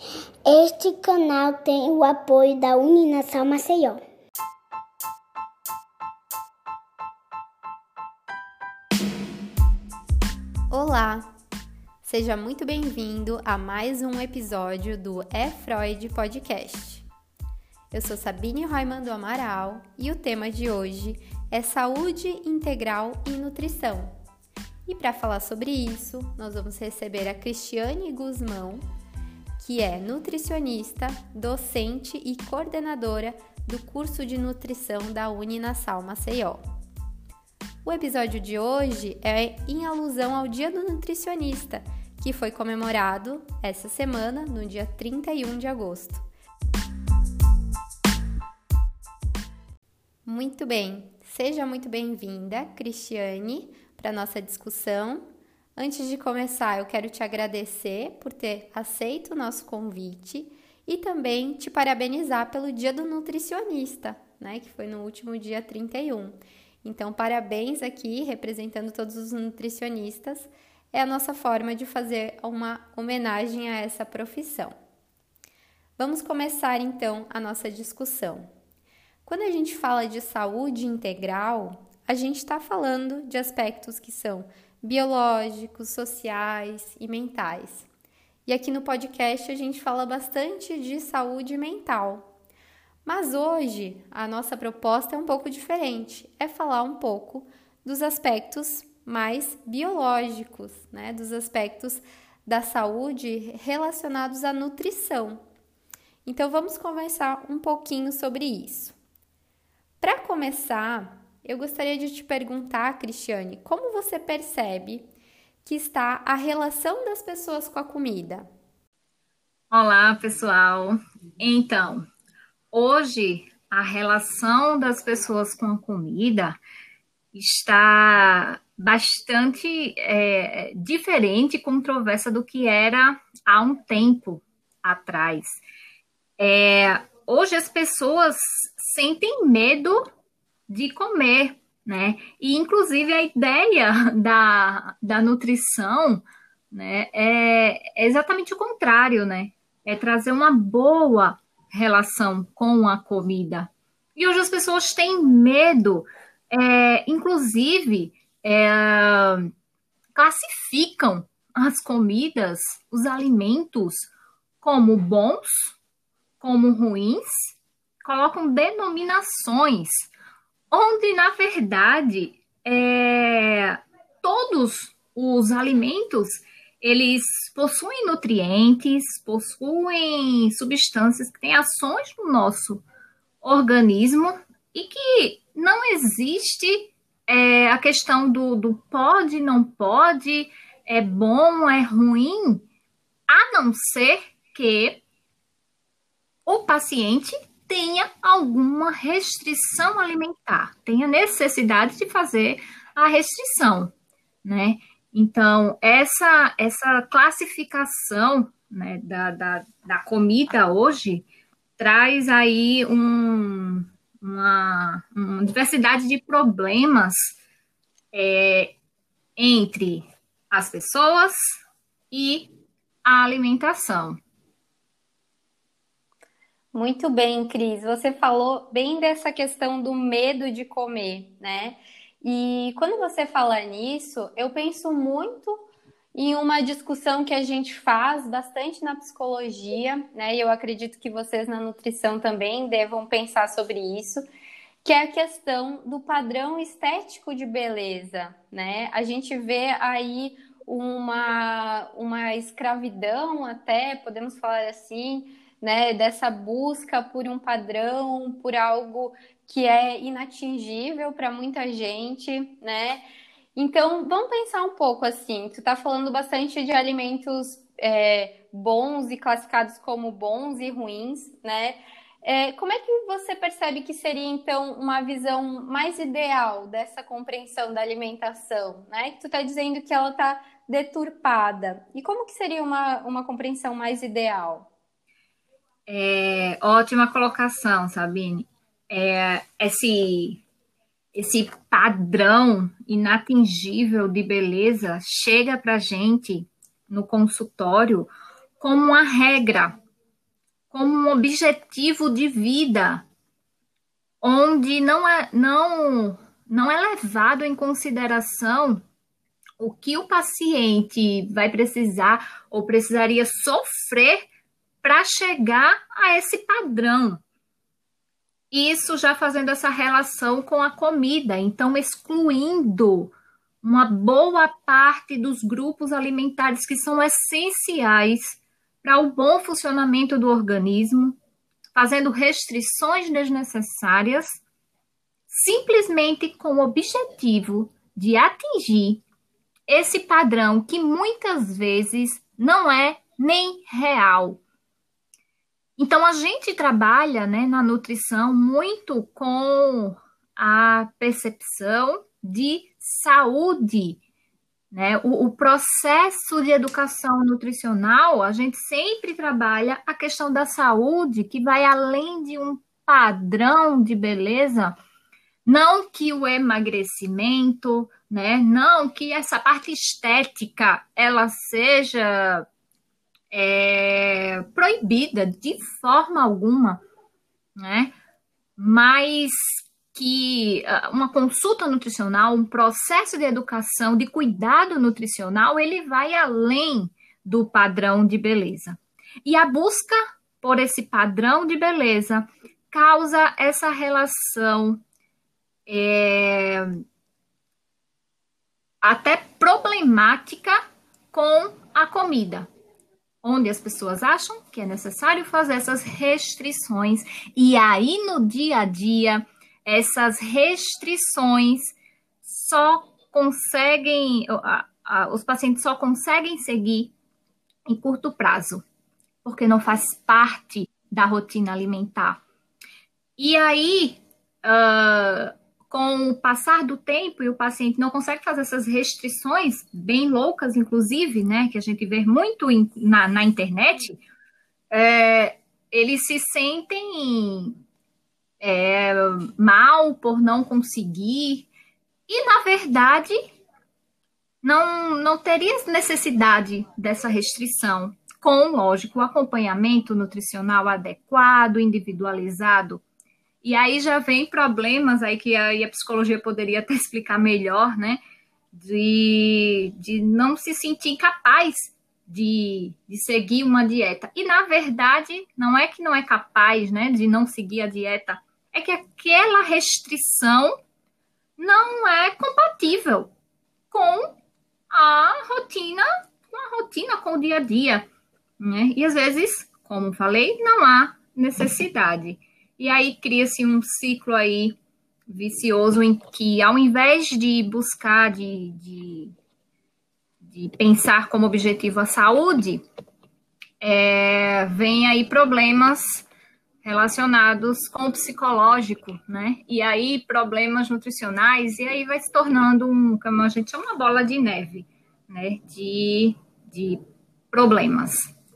Este canal tem o apoio da Uninassal Maceió. Olá! Seja muito bem-vindo a mais um episódio do Freud Podcast. Eu sou Sabine Roiman do Amaral e o tema de hoje é saúde integral e nutrição. E para falar sobre isso, nós vamos receber a Cristiane Guzmão, que é nutricionista, docente e coordenadora do curso de nutrição da Uninassal Maceió. O episódio de hoje é em alusão ao Dia do Nutricionista, que foi comemorado essa semana, no dia 31 de agosto. Muito bem, seja muito bem-vinda, Cristiane, para a nossa discussão. Antes de começar, eu quero te agradecer por ter aceito o nosso convite e também te parabenizar pelo Dia do Nutricionista, né, que foi no último dia 31. Então, parabéns aqui, representando todos os nutricionistas. É a nossa forma de fazer uma homenagem a essa profissão. Vamos começar, então, a nossa discussão. Quando a gente fala de saúde integral, a gente está falando de aspectos que são biológicos, sociais e mentais. E aqui no podcast a gente fala bastante de saúde mental. Mas hoje a nossa proposta é um pouco diferente, é falar um pouco dos aspectos mais biológicos, né? Dos aspectos da saúde relacionados à nutrição. Então vamos conversar um pouquinho sobre isso. Para começar, eu gostaria de te perguntar, Cristiane, como você percebe que está a relação das pessoas com a comida? Olá, pessoal. Então, hoje a relação das pessoas com a comida está bastante diferente e controversa do que era há um tempo atrás. Hoje as pessoas sentem medo de comer, né? E, inclusive, a ideia da nutrição, né, é exatamente o contrário, né? É trazer uma boa relação com a comida. E hoje as pessoas têm medo, inclusive, classificam as comidas, os alimentos, como bons, como ruins, colocam denominações, onde, na verdade, todos os alimentos, eles possuem nutrientes, possuem substâncias que têm ações no nosso organismo e que não existe a questão do pode, não pode, é bom, é ruim, a não ser que o paciente tenha alguma restrição alimentar, tenha necessidade de fazer a restrição, né? Então, essa classificação, né, da comida hoje traz aí uma diversidade de problemas entre as pessoas e a alimentação. Muito bem, Cris. Você falou bem dessa questão do medo de comer, né? E quando você fala nisso, eu penso muito em uma discussão que a gente faz bastante na psicologia, né? E eu acredito que vocês na nutrição também devam pensar sobre isso, que é a questão do padrão estético de beleza, né? A gente vê aí uma escravidão até, podemos falar assim, né, dessa busca por um padrão, por algo que é inatingível para muita gente, né? Então, vamos pensar um pouco assim. Tu está falando bastante de alimentos bons e classificados como bons e ruins, né? Como é que você percebe que seria, então, uma visão mais ideal dessa compreensão da alimentação, né? Que tu está dizendo que ela está deturpada. E como que seria uma compreensão mais ideal? Ótima colocação, Sabine. Esse padrão inatingível de beleza chega para a gente no consultório como uma regra, como um objetivo de vida, onde não é levado em consideração o que o paciente vai precisar ou precisaria sofrer para chegar a esse padrão. Isso já fazendo essa relação com a comida, então excluindo uma boa parte dos grupos alimentares que são essenciais para o bom funcionamento do organismo, fazendo restrições desnecessárias, simplesmente com o objetivo de atingir esse padrão que muitas vezes não é nem real. Então, a gente trabalha, né, na nutrição muito com a percepção de saúde, né? O processo de educação nutricional, a gente sempre trabalha a questão da saúde, que vai além de um padrão de beleza, não que o emagrecimento, né? Não que essa parte estética ela seja proibida de forma alguma, né? Mas que uma consulta nutricional, um processo de educação, de cuidado nutricional, ele vai além do padrão de beleza. E a busca por esse padrão de beleza causa essa relação até problemática com a comida, onde as pessoas acham que é necessário fazer essas restrições, e aí no dia a dia, essas restrições só conseguem, os pacientes só conseguem seguir em curto prazo, porque não faz parte da rotina alimentar. E aí, com o passar do tempo e o paciente não consegue fazer essas restrições, bem loucas, inclusive, né, que a gente vê muito na internet, eles se sentem mal por não conseguir, e, na verdade, não teria necessidade dessa restrição, com, lógico, o acompanhamento nutricional adequado, individualizado. E aí já vem problemas aí que a psicologia poderia até explicar melhor, né? De não se sentir incapaz de seguir uma dieta. E, na verdade, não é que não é capaz, né, de não seguir a dieta, é que aquela restrição não é compatível com a rotina, com o dia a dia, né? E, às vezes, como falei, não há necessidade. E aí cria-se um ciclo aí vicioso em que, ao invés de buscar, de pensar como objetivo a saúde, vem aí problemas relacionados com o psicológico, né? E aí problemas nutricionais, e aí vai se tornando como a gente chama, uma bola de neve, né? De problemas.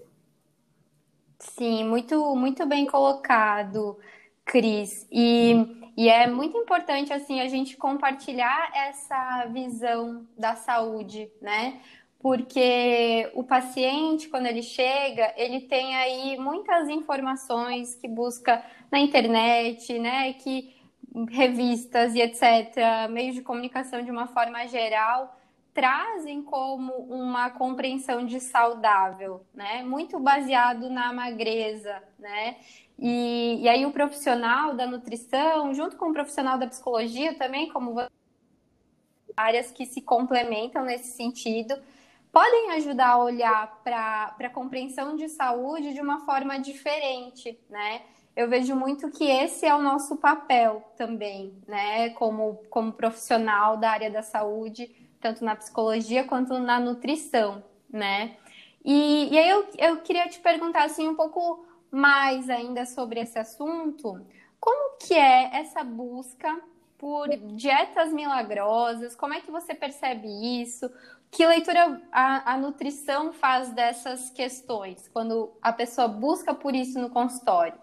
Sim, muito, muito bem colocado, Cris. E é muito importante, assim, a gente compartilhar essa visão da saúde, né? Porque o paciente, quando ele chega, ele tem aí muitas informações que busca na internet, né? Que revistas e etc., meios de comunicação de uma forma geral, trazem como uma compreensão de saudável, né? Muito baseado na magreza, né? E aí o profissional da nutrição, junto com o profissional da psicologia também, como áreas que se complementam nesse sentido, podem ajudar a olhar para a compreensão de saúde de uma forma diferente, né? Eu vejo muito que esse é o nosso papel também, né? Como profissional da área da saúde, tanto na psicologia quanto na nutrição, né? E aí eu queria te perguntar assim um pouco mais ainda sobre esse assunto. Como que é essa busca por dietas milagrosas? Como é que você percebe isso? Que leitura a nutrição faz dessas questões, quando a pessoa busca por isso no consultório?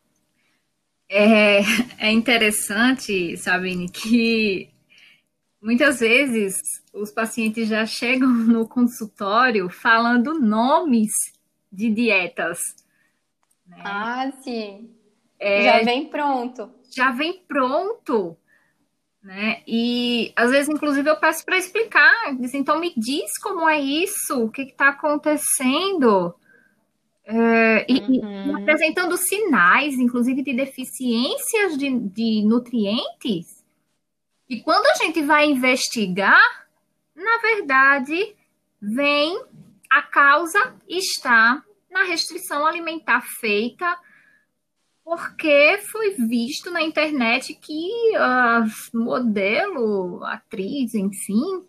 É interessante, Sabine, que muitas vezes os pacientes já chegam no consultório falando nomes de dietas, Ah, sim. Já vem pronto. Já vem pronto, né? E às vezes, inclusive, eu peço para explicar. Diz, então, me diz como é isso, o que está acontecendo. E Uhum. apresentando sinais, inclusive, de deficiências de nutrientes. E quando a gente vai investigar, na verdade, vem a causa está na restrição alimentar feita porque foi visto na internet que a modelo, atriz, enfim,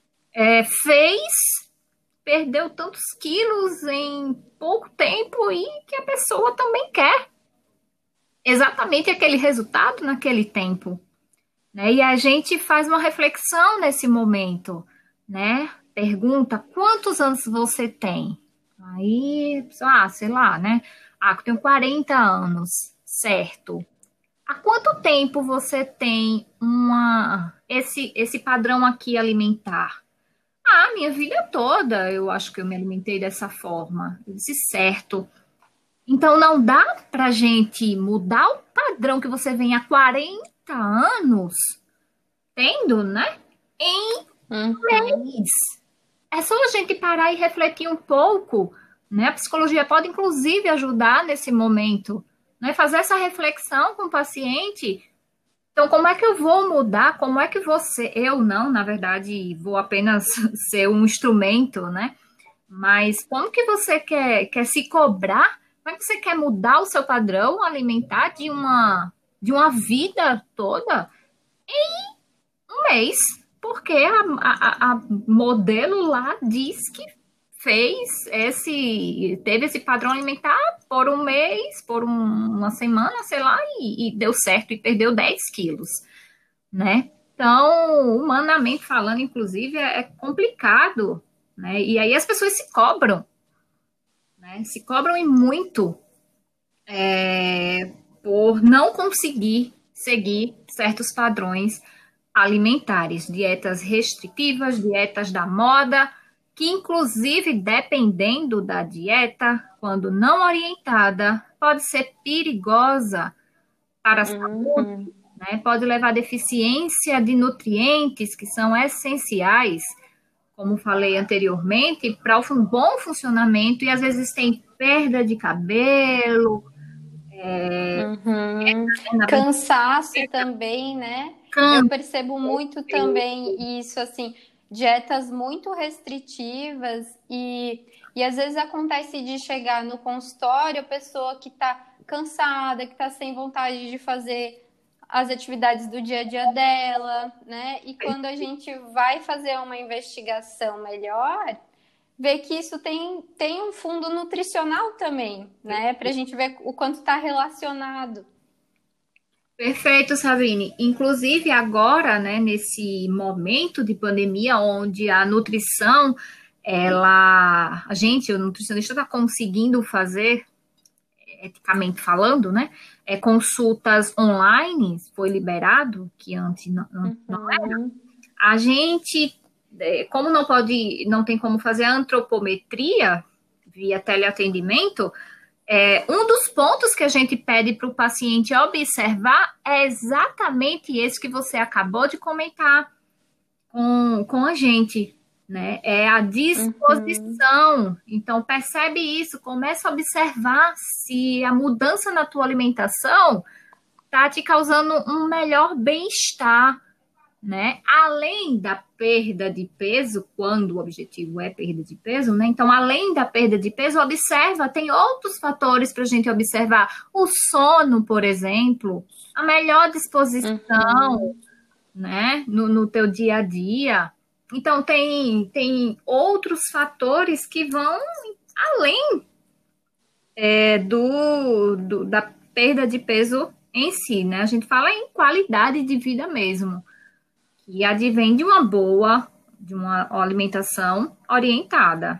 perdeu tantos quilos em pouco tempo e que a pessoa também quer exatamente aquele resultado naquele tempo, né? E a gente faz uma reflexão nesse momento, né? Pergunta quantos anos você tem? Aí, sei lá, né? Eu tenho 40 anos, certo? Há quanto tempo você tem esse padrão aqui alimentar? Minha vida toda eu acho que eu me alimentei dessa forma. Eu disse, certo. Então não dá pra gente mudar o padrão que você vem há 40 anos tendo, né? Em Uhum. mês. É só a gente parar e refletir um pouco, né? A psicologia pode inclusive ajudar nesse momento, né? Fazer essa reflexão com o paciente. Então, como é que eu vou mudar? Como é que você, eu não, na verdade, vou apenas ser um instrumento, né? Mas como que você quer se cobrar? Como é que você quer mudar o seu padrão alimentar de uma vida toda um mês? Porque a modelo lá diz que teve esse padrão alimentar por um mês, por uma semana, sei lá, e deu certo e perdeu 10 quilos, né? Então, humanamente falando, inclusive, é complicado, né? E aí as pessoas se cobram, né? Se cobram e muito por não conseguir seguir certos padrões alimentares, dietas restritivas, dietas da moda, que inclusive dependendo da dieta, quando não orientada, pode ser perigosa para a saúde, Uhum. né? Pode levar a deficiência de nutrientes que são essenciais, como falei anteriormente, para o bom funcionamento e às vezes tem perda de cabelo, Uhum. na verdade, Cansaço também, né? Eu câncer. percebo muito também isso, assim, dietas muito restritivas e às vezes acontece de chegar no consultório a pessoa que tá cansada, que tá sem vontade de fazer as atividades do dia a dia dela, né? E quando a gente vai fazer uma investigação melhor, ver que isso tem um fundo nutricional também, né? Para a gente ver o quanto está relacionado. Perfeito, Savine. Inclusive agora, né, nesse momento de pandemia, onde a nutrição, o nutricionista está conseguindo fazer, eticamente falando, né, consultas online, foi liberado, que antes não. Uhum. A gente, como não tem como fazer a antropometria via teleatendimento, um dos pontos que a gente pede para o paciente observar é exatamente esse que você acabou de comentar com a gente, né? É a Uhum. disposição. Então, percebe isso, começa a observar se a mudança na tua alimentação está te causando um melhor bem-estar, né? Além da perda de peso, quando o objetivo é perda de peso, né? Então, além da perda de peso, observa, tem outros fatores para a gente observar. O sono, por exemplo, a melhor disposição, Uhum. né? No teu dia a dia. Então, tem outros fatores que vão além da perda de peso em si, né? A gente fala em qualidade de vida mesmo que advém de uma alimentação orientada.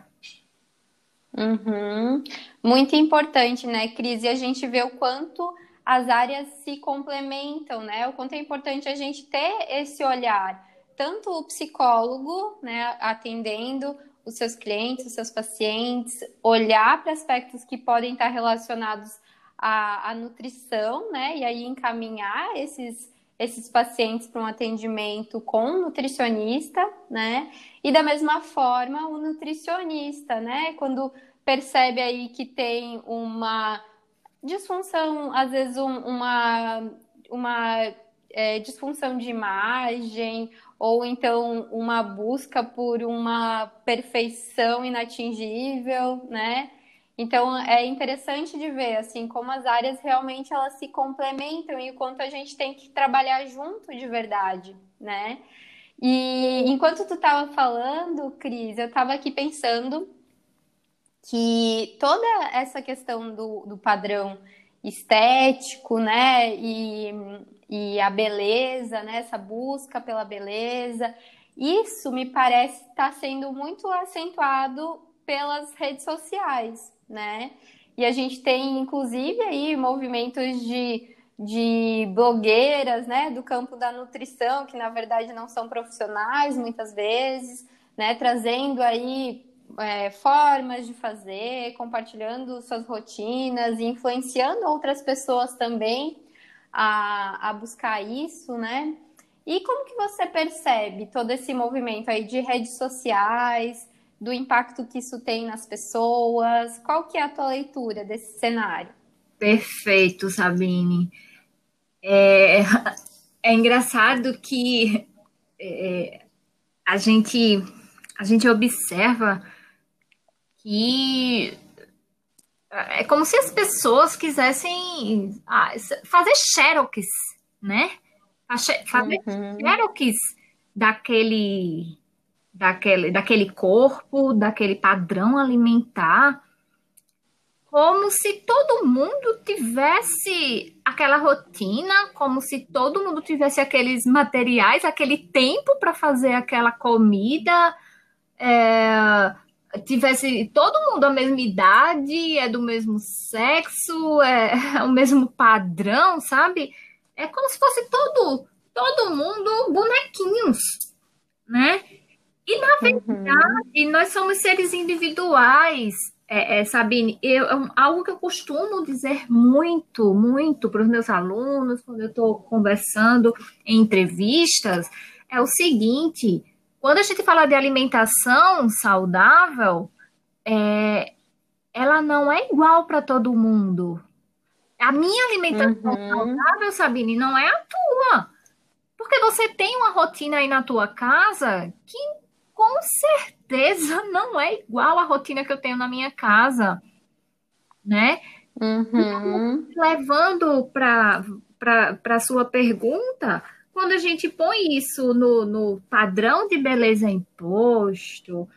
Uhum. Muito importante, né, Cris? E a gente vê o quanto as áreas se complementam, né? O quanto é importante a gente ter esse olhar, tanto o psicólogo, né, atendendo, os seus clientes, os seus pacientes, olhar para aspectos que podem estar relacionados à nutrição, né? E aí encaminhar esses pacientes para um atendimento com um nutricionista, né? E da mesma forma, o nutricionista, né? Quando percebe aí que tem uma disfunção, às vezes uma disfunção de imagem, ou então uma busca por uma perfeição inatingível, né? Então é interessante de ver assim como as áreas realmente elas se complementam e o quanto a gente tem que trabalhar junto de verdade, né? E enquanto tu estava falando, Cris, eu estava aqui pensando que toda essa questão do padrão estético, né, e a beleza, né, essa busca pela beleza, isso me parece estar sendo muito acentuado pelas redes sociais, né? E a gente tem, inclusive, aí movimentos de blogueiras, né, do campo da nutrição, que na verdade não são profissionais muitas vezes, né, trazendo aí formas de fazer, compartilhando suas rotinas, influenciando outras pessoas também a buscar isso, né? E como que você percebe todo esse movimento aí de redes sociais, do impacto que isso tem nas pessoas? Qual que é a tua leitura desse cenário? Perfeito, Sabine. É engraçado que a gente observa que é como se as pessoas quisessem fazer xerox, né? Fazer xerox daquele corpo, daquele padrão alimentar, como se todo mundo tivesse aquela rotina, como se todo mundo tivesse aqueles materiais, aquele tempo para fazer aquela comida, tivesse todo mundo a mesma idade, é do mesmo sexo, é o mesmo padrão, sabe? É como se fosse todo mundo bonequinhos, né? E, na verdade, nós somos seres individuais, Sabine. Algo que eu costumo dizer muito, muito para os meus alunos, quando eu estou conversando em entrevistas, é o seguinte: quando a gente fala de alimentação saudável, ela não é igual para todo mundo. A minha alimentação saudável, Sabine, não é a tua. Porque você tem uma rotina aí na tua casa que com certeza não é igual à rotina que eu tenho na minha casa, né? Levando para a sua pergunta, quando a gente põe isso no padrão de beleza imposto,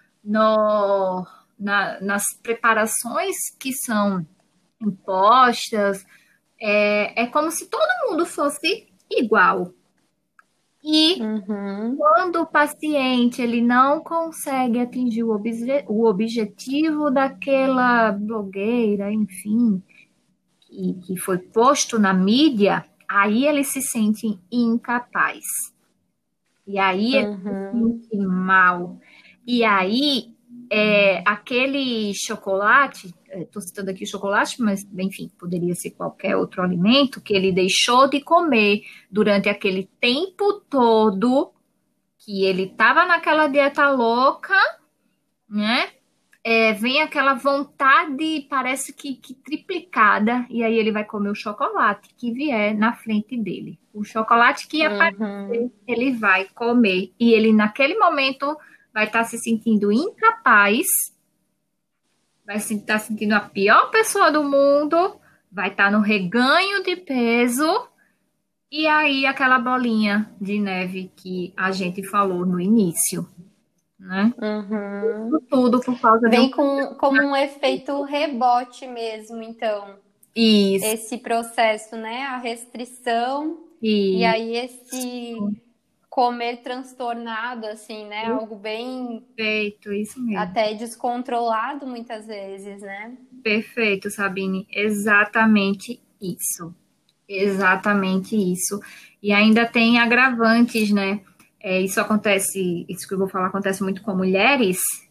nas preparações que são impostas, é como se todo mundo fosse igual. E quando o paciente ele não consegue atingir o objetivo daquela blogueira, enfim, que foi posto na mídia, aí ele se sente incapaz. E aí ele se sente mal. E aí, aquele chocolate, estou citando aqui chocolate, mas, enfim, poderia ser qualquer outro alimento que ele deixou de comer durante aquele tempo todo que ele estava naquela dieta louca, né? Vem aquela vontade, parece que triplicada, e aí ele vai comer o chocolate que vier na frente dele. O chocolate que aparecer, ele vai comer. E ele, naquele momento, vai estar se sentindo incapaz, vai estar sentindo a pior pessoa do mundo, vai estar no reganho de peso, e aí aquela bolinha de neve que a gente falou no início, né? Tudo por causa Vem como um efeito rebote mesmo, então. Isso. Esse processo, né? A restrição e aí esse comer transtornado, assim, né? Algo bem... Perfeito, isso mesmo. Até descontrolado muitas vezes, né? Perfeito, Sabine. Exatamente isso. Exatamente isso. E ainda tem agravantes, né? Isso que eu vou falar acontece muito com mulheres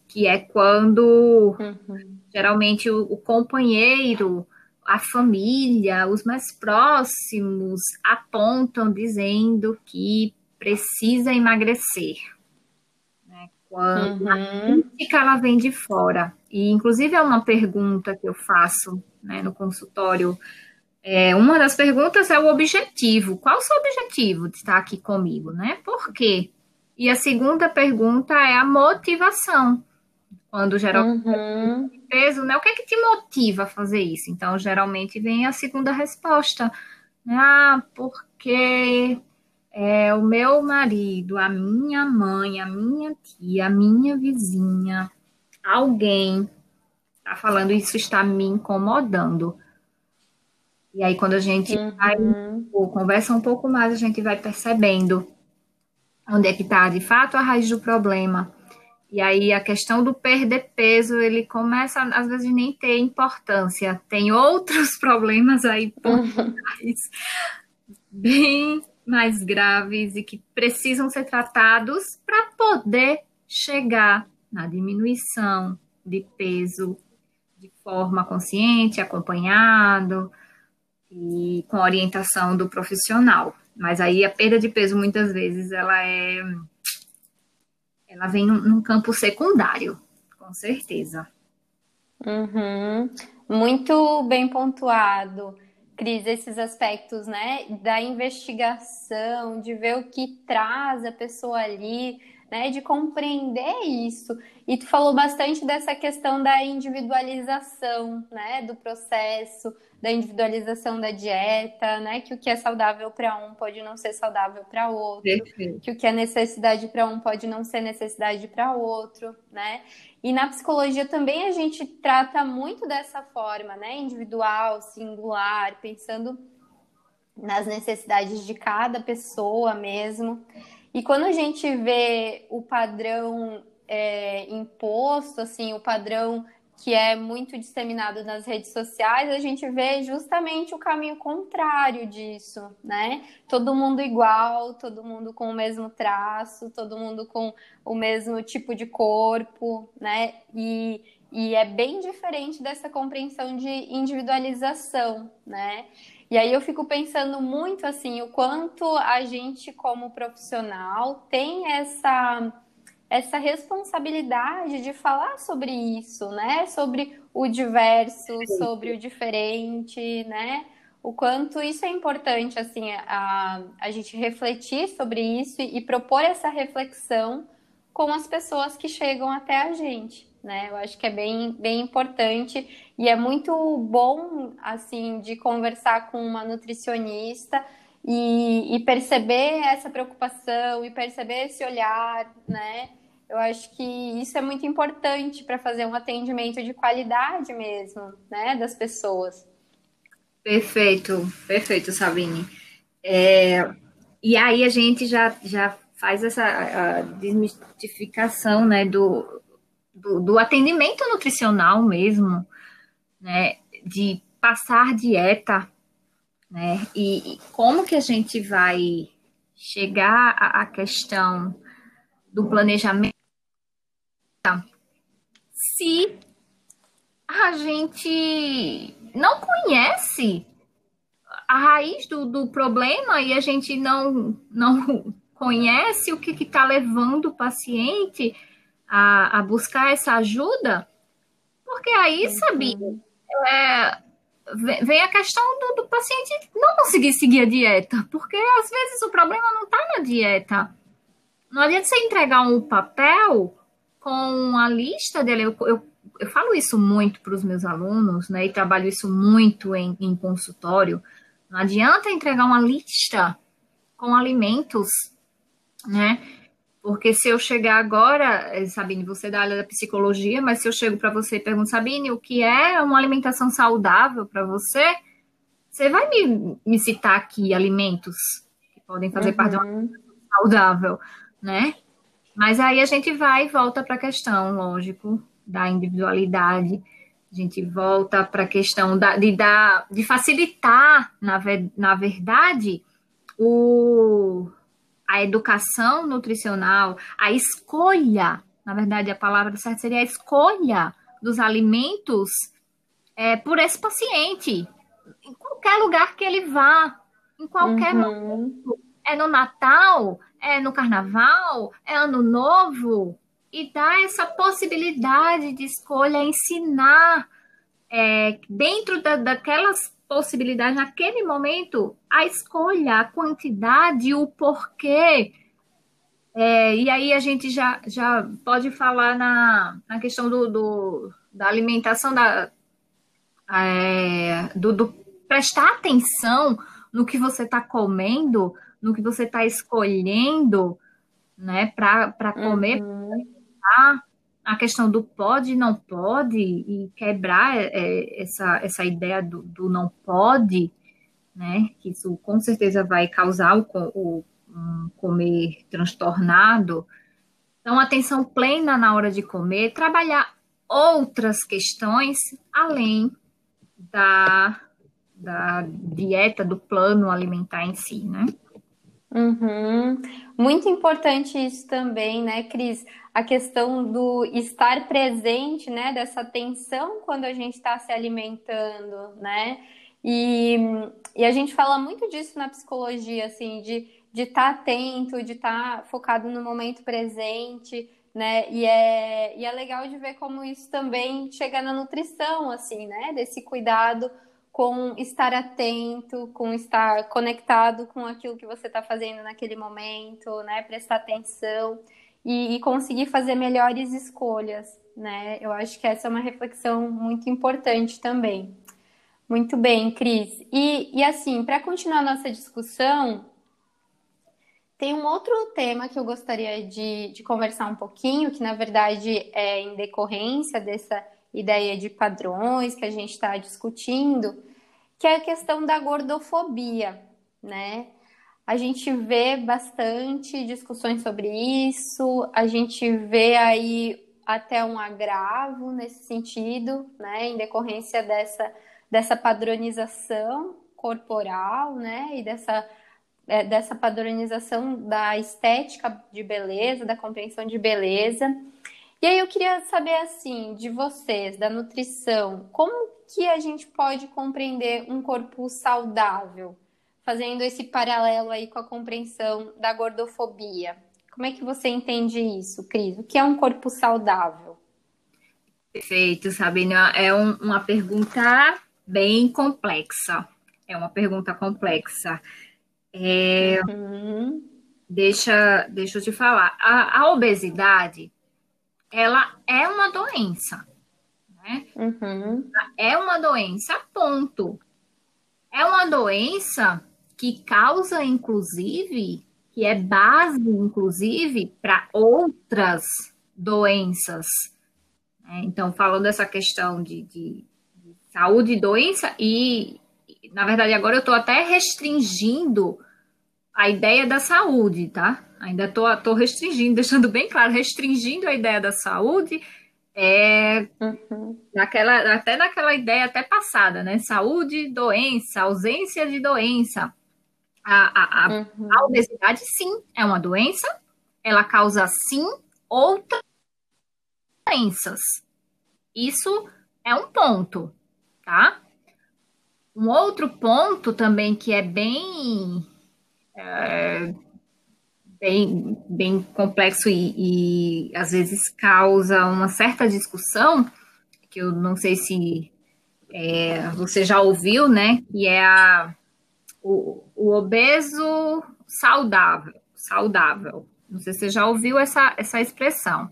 que é quando Uhum. geralmente o companheiro, a família, os mais próximos apontam dizendo que precisa emagrecer, né? Quando a Uhum. crítica ela vem de fora. E inclusive é uma pergunta que eu faço, né, no consultório. Uma das perguntas é o objetivo. Qual o seu objetivo de estar aqui comigo, né? Por quê? E a segunda pergunta é a motivação. Quando geralmente Uhum. peso, né? O que é que te motiva a fazer isso? Então, geralmente vem a segunda resposta, né? Ah, porque o meu marido, a minha mãe, a minha tia, a minha vizinha, alguém está falando isso está me incomodando. E aí, quando a gente vai, Uhum. ou conversa um pouco mais, a gente vai percebendo onde é que está, de fato, a raiz do problema. E aí a questão do perder peso, ele começa, às vezes, nem ter importância. Tem outros problemas aí por Uhum. trás, bem mais graves e que precisam ser tratados para poder chegar na diminuição de peso de forma consciente, acompanhado e com orientação do profissional. Mas aí a perda de peso, muitas vezes, ela vem num campo secundário, com certeza. Uhum. Muito bem pontuado, Cris, esses aspectos, né, da investigação, de ver o que traz a pessoa ali, né, de compreender isso. E tu falou bastante dessa questão da individualização, né, do processo, da individualização da dieta, né, que o que é saudável para um pode não ser saudável para outro, Perfeito. que o que é necessidade para um pode não ser necessidade para outro, né? E na psicologia também a gente trata muito dessa forma, né? Individual, singular, pensando nas necessidades de cada pessoa mesmo. E quando a gente vê o padrão imposto, assim, o padrão que é muito disseminado nas redes sociais, a gente vê justamente o caminho contrário disso, né? Todo mundo igual, todo mundo com o mesmo traço, todo mundo com o mesmo tipo de corpo, né? E é bem diferente dessa compreensão de individualização, né? E aí eu fico pensando muito assim, o quanto a gente como profissional tem essa responsabilidade de falar sobre isso, né? Sobre o diverso, sobre o diferente, né? O quanto isso é importante, assim, a gente refletir sobre isso e propor essa reflexão com as pessoas que chegam até a gente, né? Eu acho que é bem importante e é muito bom, assim, de conversar com uma nutricionista e perceber essa preocupação e perceber esse olhar, né? Eu acho que isso é muito importante para fazer um atendimento de qualidade mesmo, né, das pessoas. Perfeito, perfeito, Sabine. E aí a gente já faz essa a desmistificação, né, do atendimento nutricional mesmo, né, de passar dieta, né, e como que a gente vai chegar à questão do planejamento se a gente não conhece a raiz do problema e a gente não conhece o que está levando o paciente a buscar essa ajuda, porque aí, sabe, Uhum. é, vem a questão do paciente não conseguir seguir a dieta, porque às vezes o problema não está na dieta. Não adianta você entregar um papel com a lista dele. Eu falo isso muito para os meus alunos, né? E trabalho isso muito em consultório. Não adianta entregar uma lista com alimentos, né? Porque se eu chegar agora, Sabine, você é da área da psicologia, mas se eu chego para você e pergunto, Sabine, o que é uma alimentação saudável para você? Você vai me citar aqui alimentos que podem fazer parte de uma Uhum. alimentação saudável, né? Mas aí a gente vai e volta para a questão, lógico, da individualidade. A gente volta para a questão de facilitar, na verdade, a educação nutricional, a escolha na verdade, a palavra certa seria a escolha dos alimentos por esse paciente, em qualquer lugar que ele vá, em qualquer momento. É no Natal, é no Carnaval, é Ano Novo, e dá essa possibilidade de escolha, ensinar dentro daquelas possibilidades, naquele momento, a escolha, a quantidade, o porquê. E aí a gente já pode falar na questão da alimentação, do prestar atenção no que você está comendo, no que você está escolhendo, né, para comer, a questão do pode e não pode, e quebrar essa ideia do não pode, né, que isso com certeza vai causar um comer transtornado. Então, atenção plena na hora de comer, trabalhar outras questões além da dieta, do plano alimentar em si, né? Muito importante isso também, né, Cris? A questão do estar presente, né, dessa atenção quando a gente está se alimentando, né? E a gente fala muito disso na psicologia, assim, de estar atento, de estar focado no momento presente, né? E é legal de ver como isso também chega na nutrição, assim, né? Desse cuidado com estar atento, com estar conectado com aquilo que você está fazendo naquele momento, né? Prestar atenção e conseguir fazer melhores escolhas, né? Eu acho que essa é uma reflexão muito importante também. Muito bem, Cris. E assim, para continuar a nossa discussão, tem um outro tema que eu gostaria de conversar um pouquinho, que na verdade é em decorrência dessa ideia de padrões que a gente está discutindo, que é a questão da gordofobia, né? A gente vê bastante discussões sobre isso, a gente vê aí até um agravo nesse sentido, né? Em decorrência dessa padronização corporal, né? E dessa padronização da estética de beleza, da compreensão de beleza. E aí eu queria saber, assim, de vocês, da nutrição, como que a gente pode compreender um corpo saudável, fazendo esse paralelo aí com a compreensão da gordofobia? Como é que você entende isso, Cris? O que é um corpo saudável? Perfeito, Sabina. É uma pergunta bem complexa. É uma pergunta complexa. Deixa eu te falar. A obesidade, ela é uma doença, né? É uma doença, ponto. É uma doença que causa, inclusive, que é base, inclusive, para outras doenças. Então, falando dessa questão de saúde e doença, e, na verdade, agora eu estou até restringindo a ideia da saúde, tá? Ainda estou restringindo, deixando bem claro, restringindo a ideia da saúde, até naquela ideia até passada, né? Saúde, doença, ausência de doença. A obesidade, sim, é uma doença, ela causa, sim, outras doenças. Isso é um ponto, tá? Um outro ponto também que é bem complexo e às vezes causa uma certa discussão, que eu não sei se você já ouviu, né? Que é o obeso saudável. Não sei se você já ouviu essa expressão.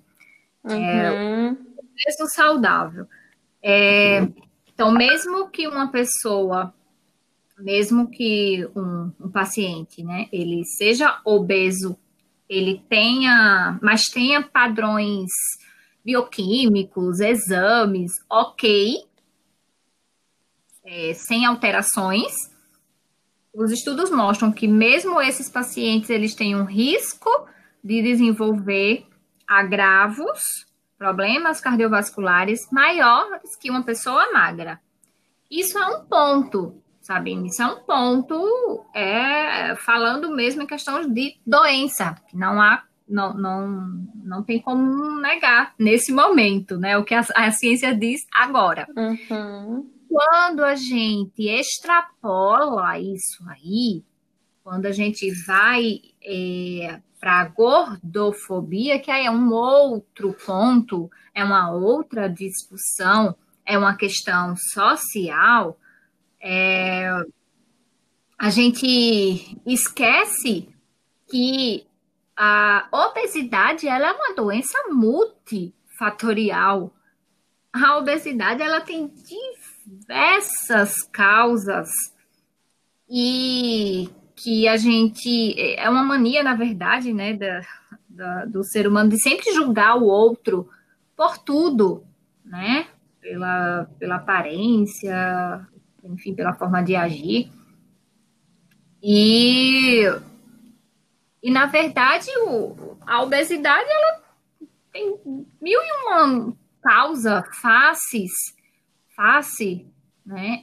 Obeso saudável. Então, mesmo que uma pessoa, mesmo que um paciente, né, ele seja obeso, mas tenha padrões bioquímicos, exames, ok, sem alterações, os estudos mostram que mesmo esses pacientes, eles têm um risco de desenvolver agravos, problemas cardiovasculares maiores que uma pessoa magra. Isso é um ponto, sabe? Isso é um ponto, falando mesmo em questão de doença, que não não tem como negar nesse momento, né? O que a ciência diz agora. Uhum. Quando a gente extrapola isso aí, quando a gente vai para a gordofobia, que aí é um outro ponto, é uma outra discussão, é uma questão social, a gente esquece que a obesidade ela é uma doença multifatorial. A obesidade ela tem diversas causas e que a gente é uma mania, na verdade, né, do ser humano de sempre julgar o outro por tudo, né, pela aparência, enfim, pela forma de agir. E na verdade, a obesidade ela tem mil e uma causa face, né?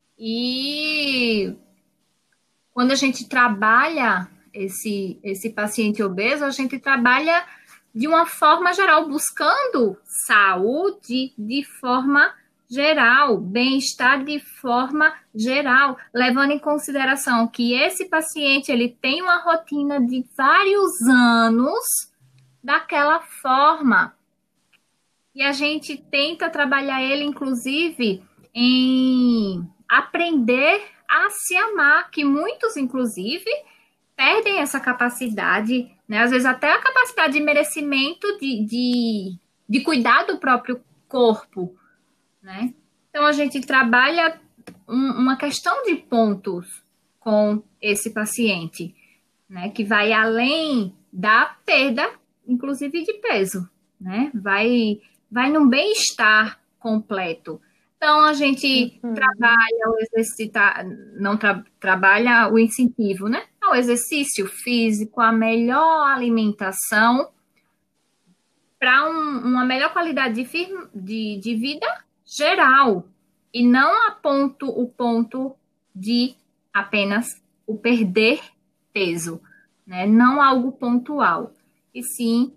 E quando a gente trabalha esse paciente obeso, a gente trabalha de uma forma geral, buscando saúde de forma geral, bem-estar de forma geral, levando em consideração que esse paciente ele tem uma rotina de vários anos daquela forma. E a gente tenta trabalhar ele, inclusive, em aprender a se amar, que muitos, inclusive, perdem essa capacidade, né? Às vezes até a capacidade de merecimento de cuidar do próprio corpo, né? Então a gente trabalha uma questão de pontos com esse paciente, né? Que vai além da perda, inclusive de peso, né? Vai num bem-estar completo. Então, a gente trabalha o exercitar, não trabalha o incentivo, né? O exercício físico, a melhor alimentação para uma melhor qualidade de vida geral. E não o ponto de apenas o perder peso, né? Não algo pontual. E sim,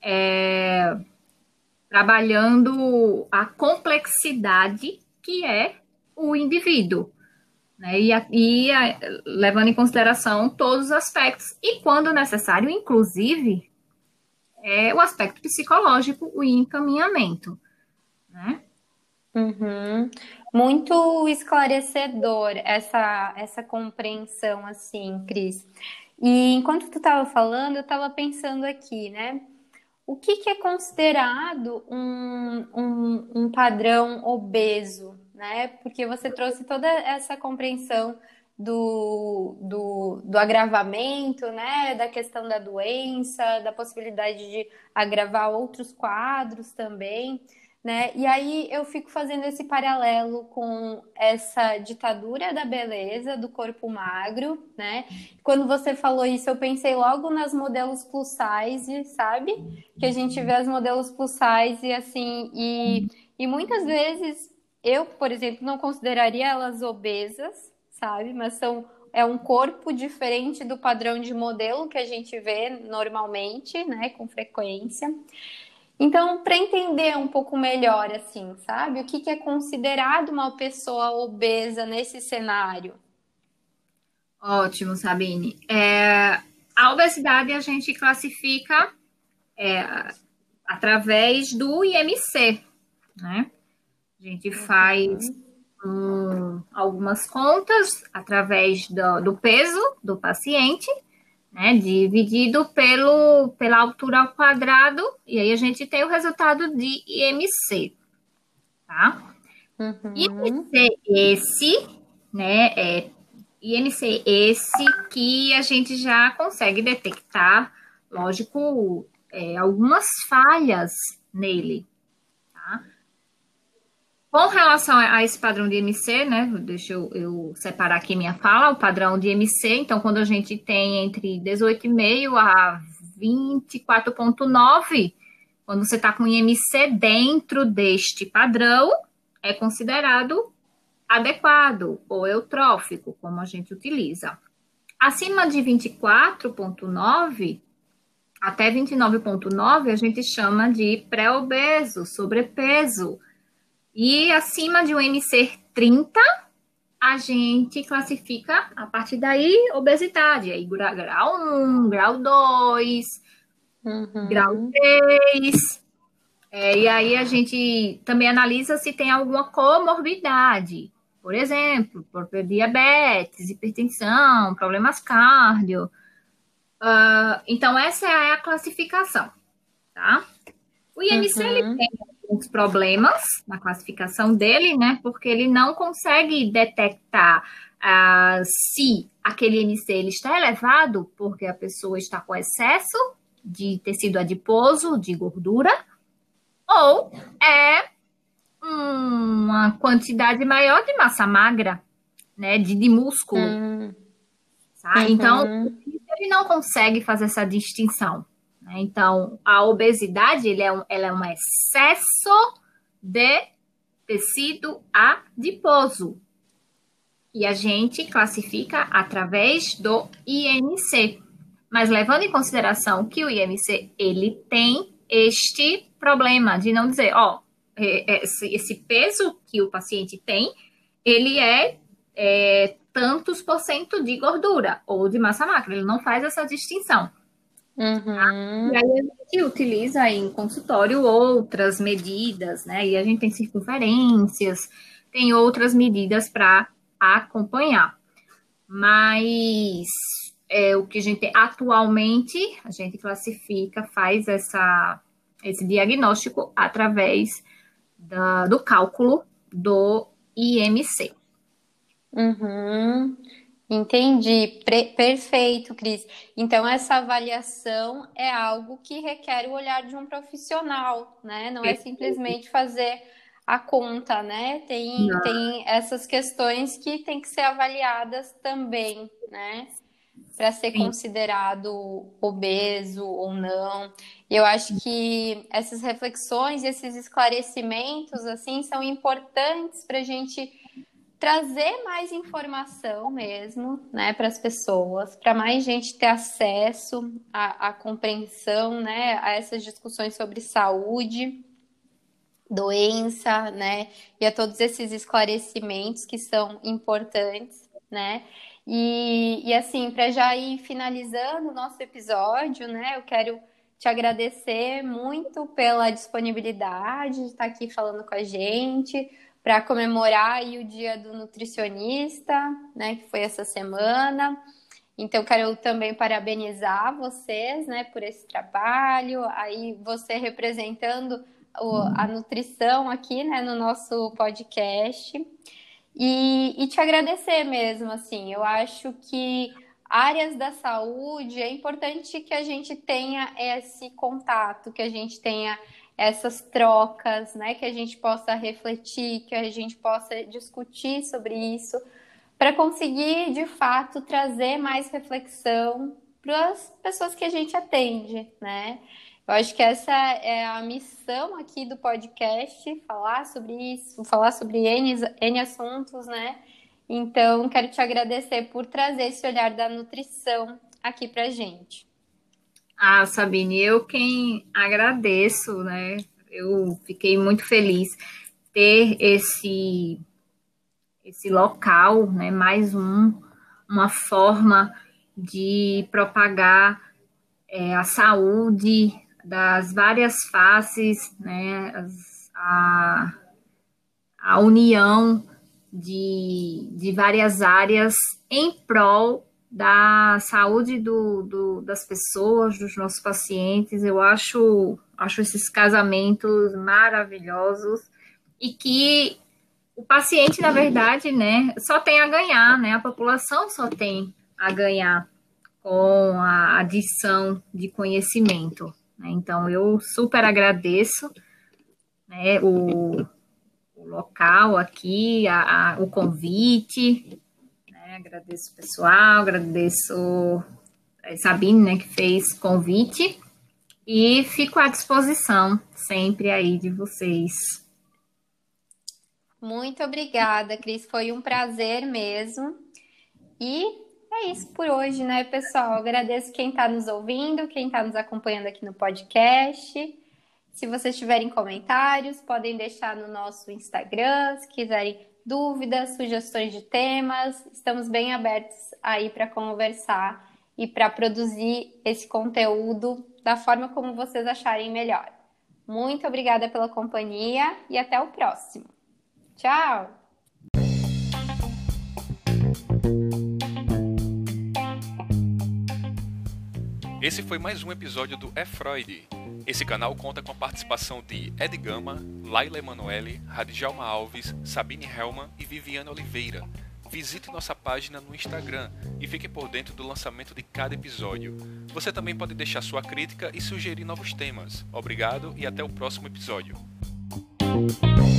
trabalhando a complexidade que é o indivíduo, né? Levando em consideração todos os aspectos, e quando necessário, inclusive, o aspecto psicológico, o encaminhamento, né? Uhum. Muito esclarecedor essa compreensão, assim, Cris. E enquanto tu estava falando, eu estava pensando aqui, né? O que é considerado um padrão obeso, né? Porque você trouxe toda essa compreensão do agravamento, né? Da questão da doença, da possibilidade de agravar outros quadros também, né? E aí eu fico fazendo esse paralelo com essa ditadura da beleza, do corpo magro, né? Quando você falou isso, eu pensei logo nas modelos plus size, sabe? Que a gente vê as modelos plus size e assim, e muitas vezes eu, por exemplo, não consideraria elas obesas, sabe? Mas é um corpo diferente do padrão de modelo que a gente vê normalmente, né? Com frequência. Então, para entender um pouco melhor, assim, sabe? O que é considerado uma pessoa obesa nesse cenário? Ótimo, Sabine. A obesidade a gente classifica através do IMC, né? A gente faz algumas contas através do peso do paciente, né? Dividido pela altura ao quadrado, e aí a gente tem o resultado de IMC, tá? IMC esse, né? IMC esse que a gente já consegue detectar, lógico, algumas falhas nele, tá? Com relação a esse padrão de IMC, né? Deixa eu separar aqui minha fala, o padrão de IMC, então quando a gente tem entre 18,5 a 24,9, quando você está com IMC dentro deste padrão, é considerado adequado ou eutrófico, como a gente utiliza. Acima de 24,9, até 29,9 a gente chama de pré-obeso, sobrepeso. E acima de um MC 30, a gente classifica, a partir daí, obesidade. Aí grau 1, grau 2, grau Uhum. 3. E aí a gente também analisa se tem alguma comorbidade. Por exemplo, por diabetes, hipertensão, problemas cardio. Então, essa é a classificação, tá? O IMC ele Uhum. tem alguns problemas na classificação dele, né? Porque ele não consegue detectar se aquele IMC ele está elevado porque a pessoa está com excesso de tecido adiposo, de gordura, ou é uma quantidade maior de massa magra, né? De músculo, Uhum. tá? Então, Uhum. ele não consegue fazer essa distinção, né? Então, a obesidade ela é um excesso de tecido adiposo. E a gente classifica através do IMC. Mas levando em consideração que o IMC ele tem este problema de não dizer, esse peso que o paciente tem, ele é tantos por cento de gordura ou de massa magra. Ele não faz essa distinção. E aí Uhum. a gente utiliza em consultório outras medidas, né? E a gente tem circunferências, tem outras medidas para acompanhar. Mas o que a gente atualmente, a gente classifica, faz esse diagnóstico através do cálculo do IMC. Uhum. Entendi. Perfeito, Cris. Então, essa avaliação é algo que requer o olhar de um profissional, né? Não é simplesmente fazer a conta, né? Tem essas questões que têm que ser avaliadas também, né? Para ser Sim, considerado obeso ou não. E eu acho que essas reflexões, esses esclarecimentos, assim, são importantes para a gente trazer mais informação mesmo, né, para as pessoas, para mais gente ter acesso à compreensão, né, a essas discussões sobre saúde, doença, né, e a todos esses esclarecimentos que são importantes, né. E assim, para já ir finalizando o nosso episódio, né, eu quero te agradecer muito pela disponibilidade de estar aqui falando com a gente, para comemorar aí o Dia do Nutricionista, né, que foi essa semana. Então, quero também parabenizar vocês, né, por esse trabalho. Aí, você representando a nutrição aqui, né, no nosso podcast. E te agradecer mesmo, assim. Eu acho que áreas da saúde é importante que a gente tenha esse contato, que a gente tenha essas trocas, né, que a gente possa refletir, que a gente possa discutir sobre isso para conseguir, de fato, trazer mais reflexão para as pessoas que a gente atende, né? Eu acho que essa é a missão aqui do podcast, falar sobre isso, falar sobre N assuntos, né? Então, quero te agradecer por trazer esse olhar da nutrição aqui para gente. Sabine, eu quem agradeço, né? Eu fiquei muito feliz ter esse local, né? Mais uma forma de propagar a saúde das várias faces, né? A união de várias áreas em prol da saúde das pessoas, dos nossos pacientes. Eu acho esses casamentos maravilhosos e que o paciente, na verdade, né, só tem a ganhar, né? A população só tem a ganhar com a adição de conhecimento, né? Então, eu super agradeço, né, o local aqui, o convite, né? Agradeço o pessoal, agradeço a Sabine, né, que fez convite, e fico à disposição sempre aí de vocês. Muito obrigada, Cris. Foi um prazer mesmo. E É isso por hoje, né, pessoal? Agradeço quem está nos ouvindo, quem está nos acompanhando aqui no podcast. Se vocês tiverem comentários, podem deixar no nosso Instagram. Se quiserem dúvidas, sugestões de temas, estamos bem abertos aí para conversar e para produzir esse conteúdo da forma como vocês acharem melhor. Muito obrigada pela companhia e até o próximo. Tchau! Esse foi mais um episódio do É Freud. Esse canal conta com a participação de Ed Gama, Laila Emanuele, Radjalma Alves, Sabine Hellman e Viviane Oliveira. Visite nossa página no Instagram e fique por dentro do lançamento de cada episódio. Você também pode deixar sua crítica e sugerir novos temas. Obrigado e até o próximo episódio.